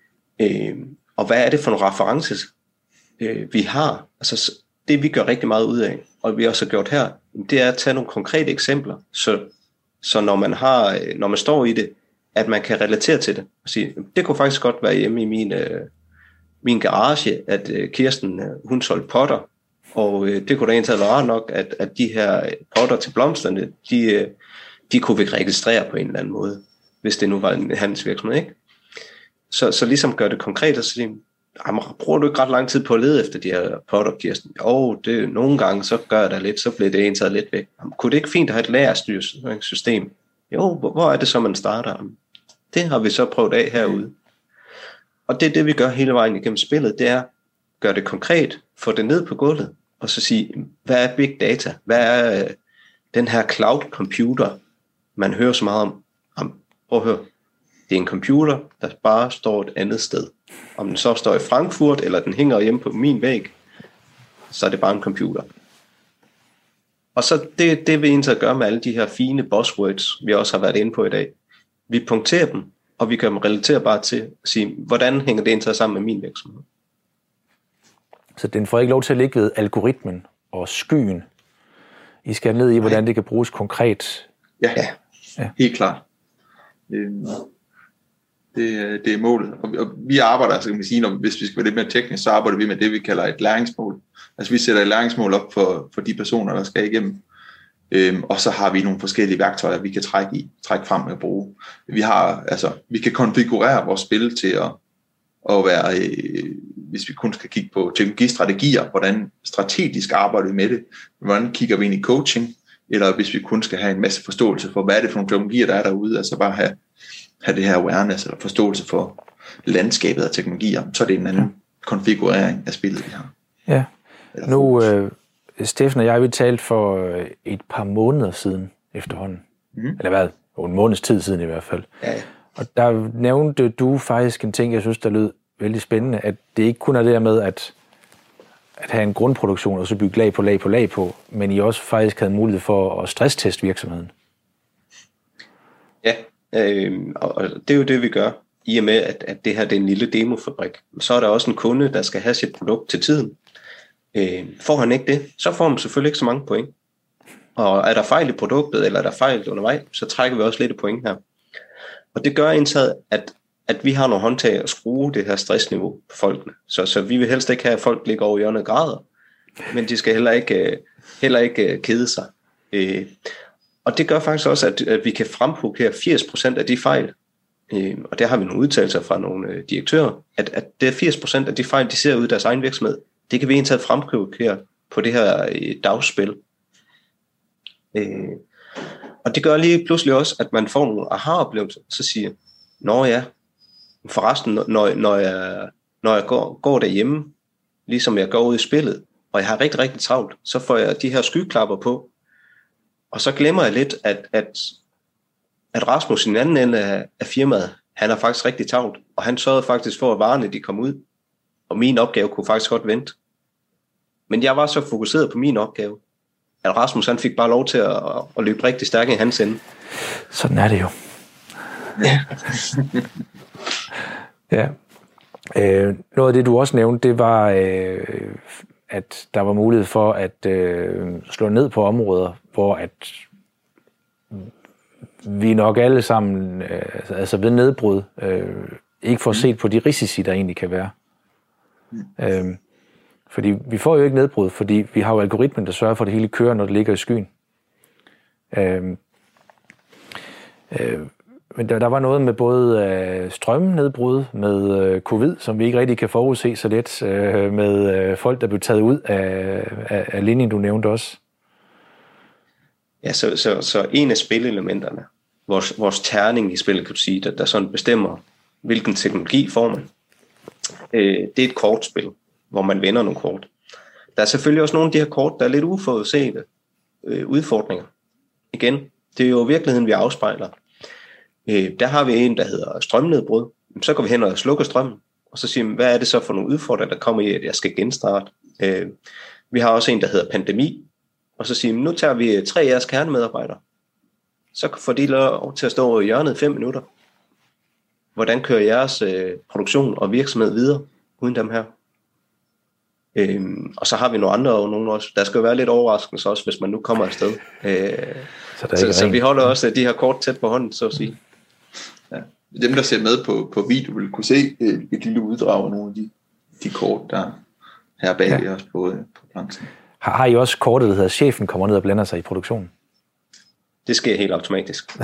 S3: og hvad er det for nogle referencer, vi har. Altså det, vi gør rigtig meget ud af, og vi også har gjort her, det er at tage nogle konkrete eksempler, så når man står i det, at man kan relatere til det, og sige, det kunne faktisk godt være hjemme i min garage, at Kirsten, hun solgte potter, og det kunne da egentlig være rart nok, at de her potter til blomsterne, de kunne vi registrere på en eller anden måde, hvis det nu var en handelsvirksomhed, ikke? Så ligesom gør det konkret, og så sige, bruger du ikke ret lang tid på at lede efter de her potter, Kirsten? Nogle gange, så gør jeg da lidt, så bliver det ensat lidt væk. Kunne det ikke fint at have et lagerstyringssystem? Jo, hvor er det så, man starter? Det har vi så prøvet af herude. Og det er det, vi gør hele vejen igennem spillet, det er at gøre det konkret, få det ned på gulvet, og så sige, hvad er big data? Hvad er den her cloud computer, man hører så meget om? Prøv at høre. Det er en computer, der bare står et andet sted. Om den så står i Frankfurt, eller den hænger hjemme på min væg, så er det bare en computer. Og så det vi egentlig gøre med alle de her fine buzzwords, vi også har været inde på i dag. Vi punkterer dem, og vi gør dem relaterbare til at sige, hvordan hænger det egentlig sammen med min virksomhed.
S2: Så den får ikke lov til at ligge ved algoritmen og skyen. I skal ned i, hvordan det kan bruges konkret.
S4: Ja. Helt klart. Det er målet. Og vi arbejder, så kan man sige, hvis vi skal være lidt mere teknisk, så arbejder vi med det, vi kalder et læringsmål. Altså vi sætter et læringsmål op for de personer, der skal igennem Og så har vi nogle forskellige værktøjer, vi kan trække frem og bruge. Vi kan konfigurere vores spil til at være, hvis vi kun skal kigge på teknologistrategier, hvordan strategisk arbejder vi med det, hvordan kigger vi ind i coaching, eller hvis vi kun skal have en masse forståelse for, hvad er det for nogle teknologier, der er derude, altså bare have det her awareness eller forståelse for landskabet af teknologier, så er det en anden konfigurering af spillet, vi har.
S2: Ja, nu Steffen og jeg, vi talte for et par måneder siden efterhånden, eller hvad, en måneds tid siden i hvert fald.
S3: Ja.
S2: Og der nævnte du faktisk en ting, jeg synes, der lød vældig spændende, at det ikke kun er det der med at have en grundproduktion, og så bygge lag på, men I også faktisk havde mulighed for at stressteste virksomheden.
S3: Ja, og det er jo det, vi gør, i og med, at det her det er en lille demofabrik. Så er der også en kunde, der skal have sit produkt til tiden. Får han ikke det, så får man selvfølgelig ikke så mange point. Og er der fejl i produktet, eller er der fejl undervejs, så trækker vi også lidt point her. Og det gør indtaget, at vi har nogle håndtag at skrue det her stressniveau på folkene. Så vi vil helst ikke have, at folk ligger over hjørnet grader, men de skal heller ikke kede sig. Og det gør faktisk også, at vi kan fremprovokere 80% af de fejl, og der har vi nogle udtalelser fra nogle direktører, at det er 80% af de fejl, de ser ud i deres egen virksomhed, det kan vi indtaget fremprovokere på det her dagspil. Og det gør lige pludselig også, at man får nogle aha-oplevelser, så siger, nå ja, forresten, når jeg går derhjemme, ligesom jeg går ud i spillet, og jeg har rigtig, rigtig travlt, så får jeg de her skyklapper på, og så glemmer jeg lidt, at Rasmus i den anden ende af firmaet, han er faktisk rigtig travlt, og han sørgede faktisk for, at varerne de kom ud, og min opgave kunne faktisk godt vente. Men jeg var så fokuseret på min opgave, at Rasmus han fik bare lov til at løbe rigtig stærkt i hans ende.
S2: Sådan er det jo. Ja. Noget af det, du også nævnte, det var, at der var mulighed for at slå ned på områder, hvor at vi nok alle sammen, altså ved nedbrud, ikke får set på de risici, der egentlig kan være. Fordi vi får jo ikke nedbrud, fordi vi har jo algoritmen, der sørger for, at det hele kører, når det ligger i skyen. Men der var noget med både strømnedbrud, med covid, som vi ikke rigtig kan forudse så let, med folk, der blev taget ud af linjen, du nævnte også.
S3: Ja, så en af spilelementerne, vores terning i spillet, kan du sige, der sådan bestemmer, hvilken teknologi får man. Det er et kortspil, hvor man vender nogle kort. Der er selvfølgelig også nogle af de her kort, der er lidt uforudsete udfordringer. Igen, det er jo virkeligheden, vi afspejler. Der har vi en, der hedder strømnedbrud. Så går vi hen og slukker strømmen, og så siger vi, hvad er det så for nogle udfordringer, der kommer i, at jeg skal genstarte. Vi har også en, der hedder pandemi, og så siger vi, nu tager vi 3 af jeres kernemedarbejdere. Så får de lov til at stå i hjørnet 5 minutter. Hvordan kører jeres produktion og virksomhed videre uden dem her? Og så har vi nogle andre, og nogle også. Der skal jo være lidt overraskelse også, hvis man nu kommer afsted. Så vi holder også de her kort tæt på hånden, så at sige.
S4: Ja. Dem, der ser med på video, vil kunne se et lille uddrag af nogle af de kort, der her bag os på planchen.
S2: Har I også kortet, der hedder, chefen kommer ned og blander sig i produktionen?
S3: Det sker helt automatisk.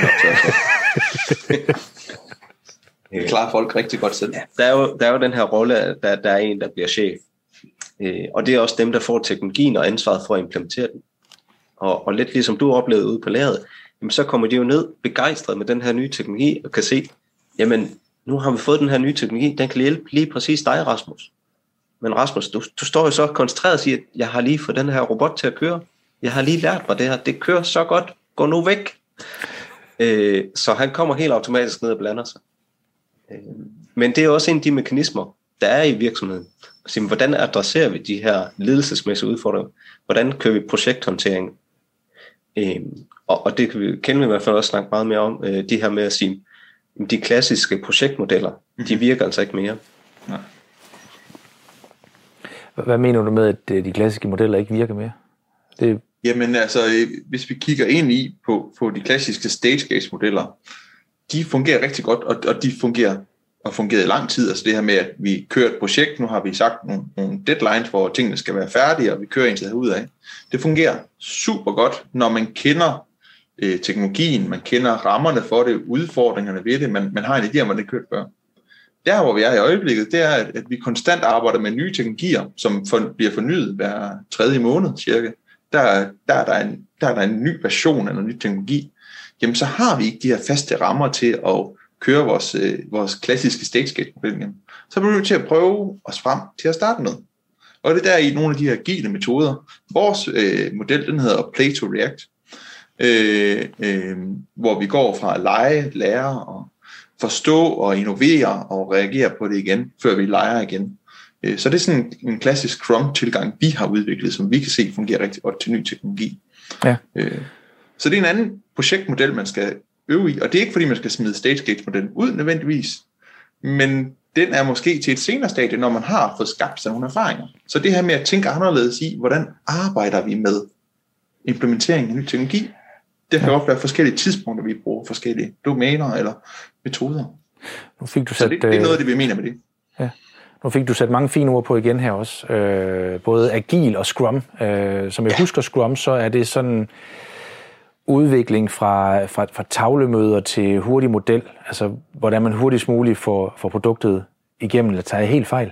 S4: Det klarer folk rigtig godt selv.
S3: Ja, der er jo den her rolle, at der er en, der bliver chef. Og det er også dem, der får teknologien og ansvaret for at implementere den. Og lidt ligesom du oplevede ude på lageret, jamen så kommer de jo ned begejstret med den her nye teknologi og kan se, jamen nu har vi fået den her nye teknologi, den kan hjælpe lige præcis dig, Rasmus. Men Rasmus, du står jo så koncentreret og siger, at jeg har lige fået den her robot til at køre. Jeg har lige lært mig det her. Det kører så godt. Gå nu væk. Så han kommer helt automatisk ned og blander sig. Men det er også en af de mekanismer, der er i virksomheden. Så, hvordan adresserer vi de her ledelsesmæssige udfordringer? Hvordan kører vi projekthåndtering? Og det kan vi i hvert fald også snakke meget mere om, de her med at sige, de klassiske projektmodeller, de virker altså ikke mere.
S4: Nej.
S2: Hvad mener du med, at de klassiske modeller ikke virker mere?
S4: Jamen altså, hvis vi kigger ind i på de klassiske stage-gate-modeller, de fungerer rigtig godt, og de fungerer og fungeret i lang tid. Altså det her med, at vi kører et projekt, nu har vi sagt nogle deadlines, hvor tingene skal være færdige, og vi kører en tid ud af. Det fungerer super godt, når man kender teknologien, man kender rammerne for det, udfordringerne ved det, man har en idé om, hvordan det kørt før. Der, hvor vi er i øjeblikket, det er, at vi konstant arbejder med nye teknologier, som bliver fornyet hver 3. måned cirka. Der er der en ny version af en ny teknologi. Jamen, så har vi ikke de her faste rammer til at køre vores klassiske stage-gate-model igennem. Så bliver vi nødt til at prøve os frem til at starte med. Og det er der i nogle af de her agile metoder. Vores model, den hedder Play to React, hvor vi går fra at lege, lære og forstå og innovere og reagere på det igen, før vi leger igen. Så det er sådan en klassisk Scrum-tilgang, vi har udviklet, som vi kan se fungerer rigtig godt til ny teknologi. Ja. Så det er en anden projektmodel, man skal øve i, og det er ikke fordi, man skal smide stage-gate-modellen ud nødvendigvis, men den er måske til et senere stadie, når man har fået skabt sig nogle erfaringer. Så det her med at tænke anderledes i, hvordan arbejder vi med implementering af ny teknologi, det kan også være forskellige tidspunkter, vi bruger forskellige domæner eller metoder.
S2: Nu fik du
S4: så det er noget af det, vi mener med det.
S2: Ja. Nu fik du sat mange fine ord på igen her også. Både agil og Scrum. Som jeg husker Scrum, så er det sådan udvikling fra tavlemøder til hurtig model. Altså, hvordan man hurtigst muligt får produktet igennem, eller tager helt fejl.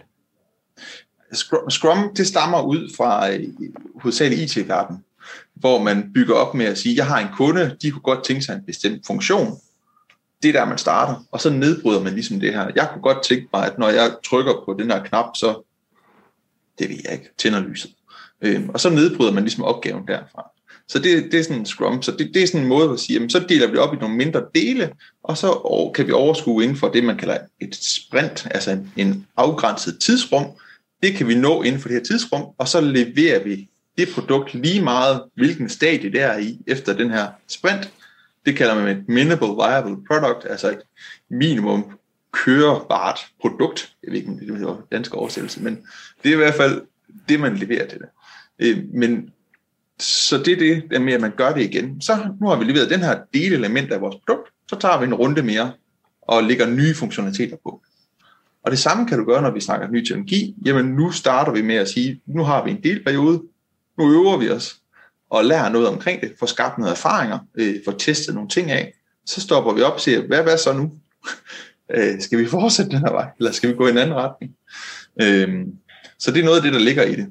S4: Scrum, det stammer ud fra hovedsageligt IT-verden, hvor man bygger op med at sige, jeg har en kunde, de kunne godt tænke sig en bestemt funktion. Det er der, man starter, og så nedbryder man ligesom det her. Jeg kunne godt tænke mig, at når jeg trykker på den her knap, så, det ved jeg ikke, tænder lyset. Og så nedbryder man ligesom opgaven derfra. Så det er sådan en Scrum, så det er sådan en måde at sige, jamen, så deler vi det op i nogle mindre dele, og så kan vi overskue inden for det, man kalder et sprint, altså en afgrænset tidsrum. Det kan vi nå inden for det her tidsrum, og så leverer vi det produkt lige meget, hvilken stadie det er i efter den her sprint. Det kalder man et minimum viable product, altså et minimum kørebart produkt. Jeg ved ikke, om det er dansk oversættelse, men det er i hvert fald det, man leverer til det. Men så det er det med, at man gør det igen. Så nu har vi leveret den her delelement af vores produkt, så tager vi en runde mere og lægger nye funktionaliteter på. Og det samme kan du gøre, når vi snakker ny teknologi. Jamen nu starter vi med at sige, nu har vi en delperiode, nu øver vi os og lærer noget omkring det, får skabt nogle erfaringer, får testet nogle ting af. Så stopper vi op og siger, hvad så nu? Skal vi fortsætte den her vej, eller skal vi gå i en anden retning? Så det er noget af det, der ligger i det.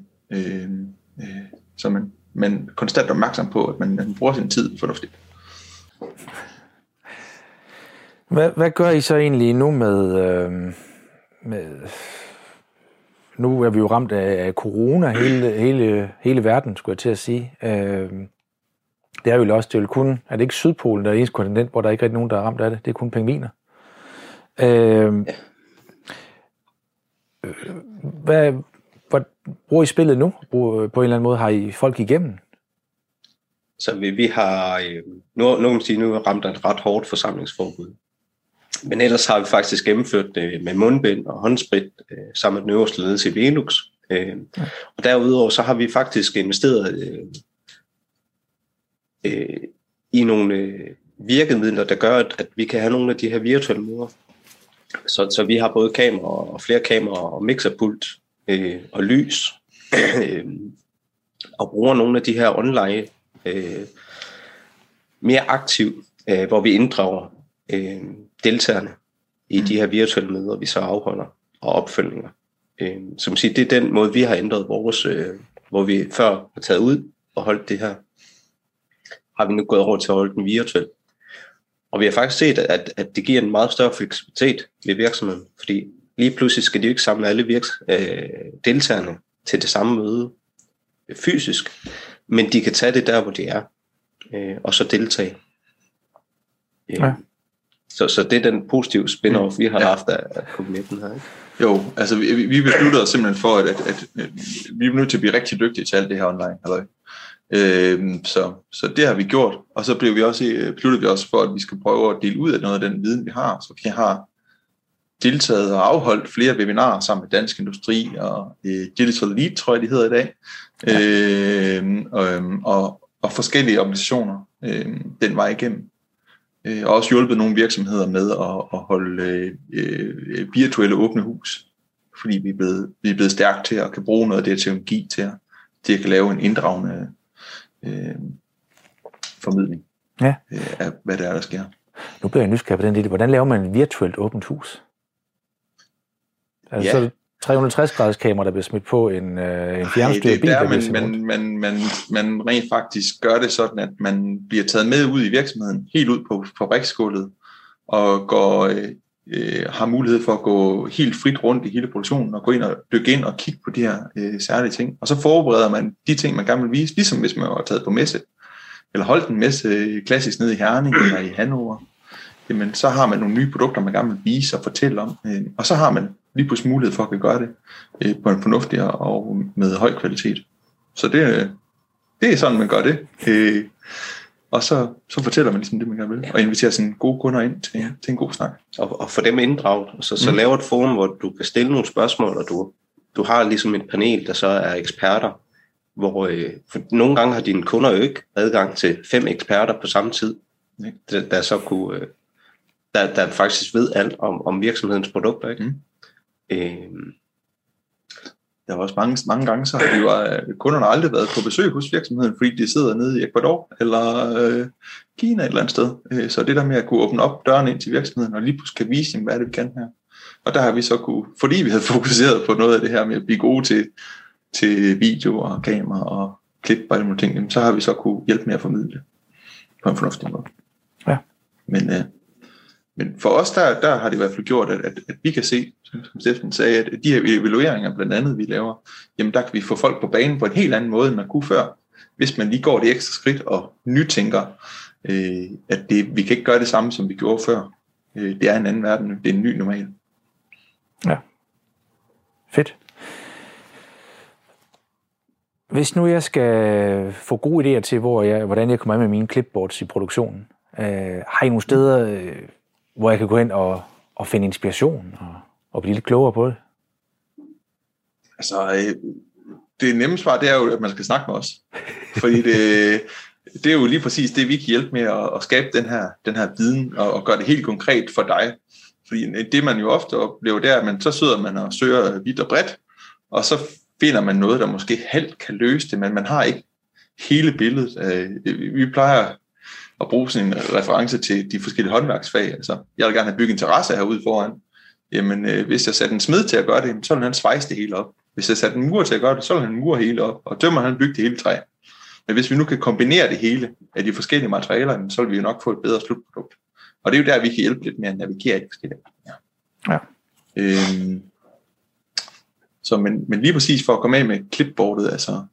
S4: Så man konstant er opmærksom på, at man bruger sin tid fornuftigt.
S2: Hvad gør I så egentlig nu med nu er vi jo ramt af corona, hele verden, skulle jeg til at sige. Det er jo også, det er kun, er det ikke Sydpolen, der er eneste kontinent, hvor der ikke er nogen, der er ramt af det. Det er kun pingviner. Hvad bruger I spillet nu? På en eller anden måde har I folk igennem?
S3: Så vi har, nu kan man sige, nu er ramt et ret hårdt forsamlingsforbud. Men ellers har vi faktisk gennemført det med mundbind og håndsprit sammen med den øverste ledelse i Velux. Og derudover så har vi faktisk investeret i nogle virkemidler, der gør, at vi kan have nogle af de her virtuelle møder. Så vi har både kameraer og flere kameraer og mixerpult og lys og bruger nogle af de her online mere aktivt, hvor vi inddrager deltagerne i de her virtuelle møder, vi så afholder, og opfølgninger. Som siger, det er den måde, vi har ændret vores, hvor vi før har taget ud og holdt det her, har vi nu gået over til at holde den virtuelt. Og vi har faktisk set, at det giver en meget større fleksibilitet ved virksomheden, fordi lige pludselig skal de jo ikke samle alle deltagerne til det samme møde fysisk, men de kan tage det der, hvor de er, og så deltage. Ja. Så det er den positive spin-off, vi har haft af COVID-19 her, ikke?
S4: Jo, altså vi besluttede os simpelthen for, at vi er nødt til at blive rigtig dygtige til alt det her online. Så det har vi gjort, og så besluttede vi også for, at vi skal prøve at dele ud af noget af den viden, vi har. Så vi har deltaget og afholdt flere webinarer sammen med Dansk Industri og Digital Lead, tror jeg, de hedder i dag, og forskellige organisationer den vej igennem. og også hjulpet nogle virksomheder med at holde virtuelle åbne hus, fordi vi er blevet stærke til at kan bruge noget af det teknologi til at kan lave en inddragende formidling af, hvad det er, der sker.
S2: Nu bliver jeg nysgerrig på den del. Hvordan laver man et virtuelt åbent hus? Altså, så er det 360-graders kamera, der bliver smidt på en fjernstyret bil.
S4: Det er der, man rent faktisk gør det sådan, at man bliver taget med ud i virksomheden, helt ud på fabriksgulvet, og har mulighed for at gå helt frit rundt i hele produktionen, og gå ind og dykke ind og kigge på de her særlige ting. Og så forbereder man de ting, man gerne vil vise, ligesom hvis man var taget på messe, eller holdt en messe klassisk nede i Herning eller i Hannover. Jamen, så har man nogle nye produkter, man gerne vil vise og fortælle om, og så har man lige pludselig mulighed for at gøre det på en fornuftig og med høj kvalitet. Så det er sådan, man gør det. Og så fortæller man ligesom det, man gerne vil, og inviterer sådan gode kunder ind til en god snak.
S3: Og få dem inddraget. Så laver et forum, hvor du kan stille nogle spørgsmål, og du har ligesom et panel, der så er eksperter, hvor for nogle gange har dine kunder jo ikke adgang til 5 eksperter på samme tid, der så kunne... Der faktisk ved alt om virksomhedens produkter, ikke?
S4: Der var også mange gange, så har kunderne aldrig været på besøg hos virksomheden, fordi de sidder nede i Ecuador eller Kina et eller andet sted. Så det der med at kunne åbne op døren ind til virksomheden, og lige pludselig kan vise dem, hvad det vi kan her. Og der har vi så fordi vi havde fokuseret på noget af det her med at blive gode til video og kamera og klip og alle mulige ting, så har vi så kunne hjælpe med at formidle på en fornuftig måde.
S2: Ja.
S4: Men for os, der har det i hvert fald gjort, at vi kan se, som Steffen sagde, at de her evalueringer, blandt andet vi laver, jamen der kan vi få folk på banen på en helt anden måde, end man kunne før. Hvis man lige går det ekstra skridt og nytænker, at vi kan ikke gøre det samme, som vi gjorde før. Det er en anden verden, det er en ny normal.
S2: Ja, fedt. Hvis nu jeg skal få gode idéer til, hvordan jeg kommer med mine clipboards i produktionen, har I nogle steder, hvor jeg kan gå ind og finde inspiration og blive lidt klogere på det?
S4: Altså, det nemme svar, det er jo, at man skal snakke med os. Fordi det er jo lige præcis det, vi kan hjælpe med at skabe den her viden og gøre det helt konkret for dig. Fordi det, man jo ofte oplever, det er, at så sidder man og søger vidt og bredt, og så finder man noget, der måske halvt kan løse det, men man har ikke hele billedet. Vi plejer at bruge sådan en reference til de forskellige håndværksfag. Altså, jeg vil gerne have bygget en terrasse herude foran. Jamen, hvis jeg satte en smed til at gøre det, så vil han svejse det hele op. Hvis jeg satte en mur til at gøre det, så vil han mure hele op. Og tømmer han bygge det hele træ. Men hvis vi nu kan kombinere det hele af de forskellige materialer, så vil vi jo nok få et bedre slutprodukt. Og det er jo der, vi kan hjælpe lidt med at navigere i de forskellige.
S2: Ja.
S4: Men lige præcis for at komme af med clipboardet, altså...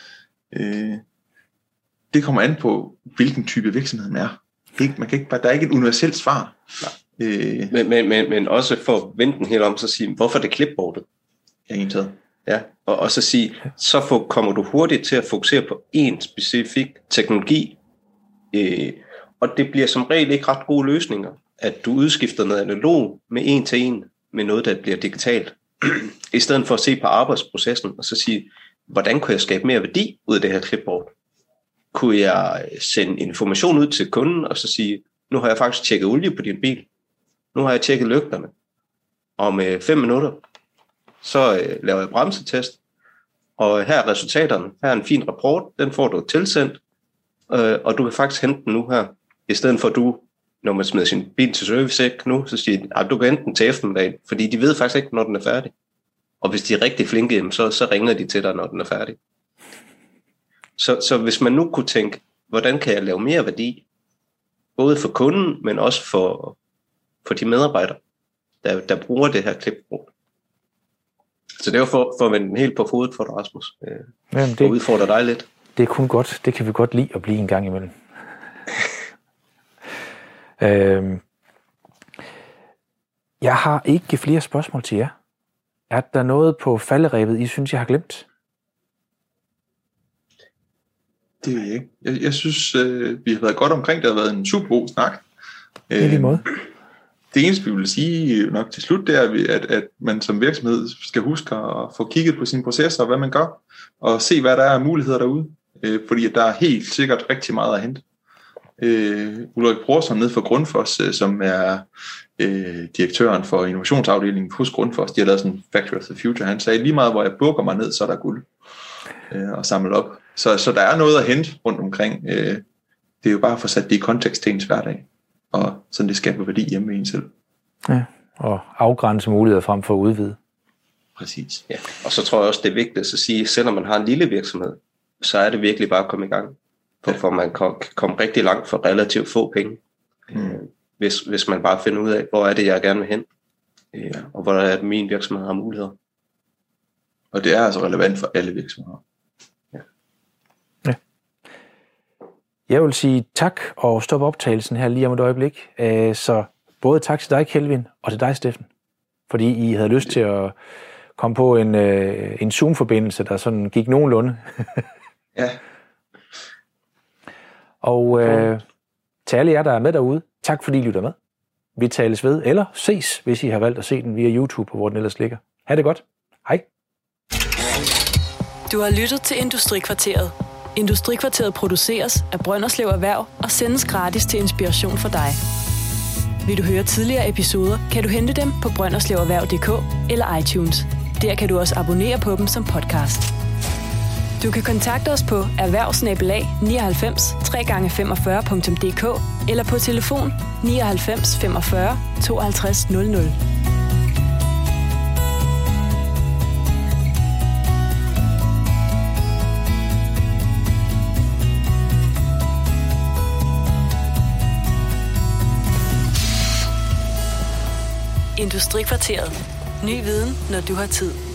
S4: det kommer an på, hvilken type virksomheden er. Der er ikke et universelt svar.
S3: Men også for at vende den helt om, så sige, hvorfor er det clipboardet? Ja, og så sige, så kommer du hurtigt til at fokusere på en specifik teknologi, og det bliver som regel ikke ret gode løsninger, at du udskifter noget analog med en til en, med noget, der bliver digitalt, i stedet for at se på arbejdsprocessen, og så sige, hvordan kunne jeg skabe mere værdi ud af det her clipboard? Kunne jeg sende information ud til kunden, og så sige, nu har jeg faktisk tjekket olie på din bil, nu har jeg tjekket lygterne, om 5 minutter, så laver jeg bremsetest, og her er resultaterne, her er en fin rapport, den får du tilsendt, og du kan faktisk hente den nu her, i stedet for at du, når man smider sin bil til service nu, så siger de, at du kan hente den til eftermiddagen, fordi de ved faktisk ikke, når den er færdig. Og hvis de er rigtig flinke, så ringer de til dig, når den er færdig. Så hvis man nu kunne tænke, hvordan kan jeg lave mere værdi, både for kunden, men også for de medarbejdere, der bruger det her clipboard. Så det er jo for at vende den helt på fodet for dig, Rasmus. Og udfordre dig lidt.
S2: Det er kun godt. Det kan vi godt lide at blive en gang imellem. Jeg har ikke flere spørgsmål til jer. Er der noget på falderebet, I synes, jeg har glemt?
S4: Det ved jeg ikke. Jeg synes, vi har været godt omkring. Det har været en super god snak.
S2: I lige måde.
S4: Det eneste, vi vil sige nok til slut, det er, at man som virksomhed skal huske at få kigget på sine processer og hvad man gør, og se, hvad der er af muligheder derude. Fordi der er helt sikkert rigtig meget at hente. Ulrik Brorson nede for Grundfos, som er direktøren for innovationsafdelingen hos Grundfos, de har lavet sådan en Factory of the Future. Han sagde, lige meget hvor jeg bukker mig ned, så er der guld og samle op. Så der er noget at hente rundt omkring. Det er jo bare at få sat det i kontekst til ens hverdag, og sådan det skaber værdi hjemme i en selv.
S2: Ja, og afgrænse muligheder frem for at udvide.
S4: Præcis.
S3: Ja. Og så tror jeg også, det er vigtigt at sige, selvom man har en lille virksomhed, så er det virkelig bare at komme i gang. For man kan komme rigtig langt for relativt få penge. Hvis man bare finder ud af, hvor er det, jeg gerne vil hen. Og hvor er det, min virksomhed har muligheder.
S4: Og det er altså relevant for alle virksomheder.
S2: Ja. Jeg vil sige tak og stoppe optagelsen her lige om et øjeblik. Så både tak til dig, Kelvin, og til dig, Steffen. Fordi I havde lyst til at komme på en Zoom-forbindelse, der sådan gik nogenlunde.
S4: Ja.
S2: Og til alle jer, der er med derude, tak fordi I lytter med. Vi tales ved, eller ses, hvis I har valgt at se den via YouTube, hvor den ellers ligger. Ha' det godt. Hej.
S1: Du har lyttet til Industrikvarteret. Industrikvarteret produceres af Brønderslev Erhverv og sendes gratis til inspiration for dig. Vil du høre tidligere episoder, kan du hente dem på brønderslevererhverv.dk eller iTunes. Der kan du også abonnere på dem som podcast. Du kan kontakte os på erhvervsnabelag99 3x45.dk eller på telefon 99 45 52 00. Industrikvarteret. Ny viden, når du har tid.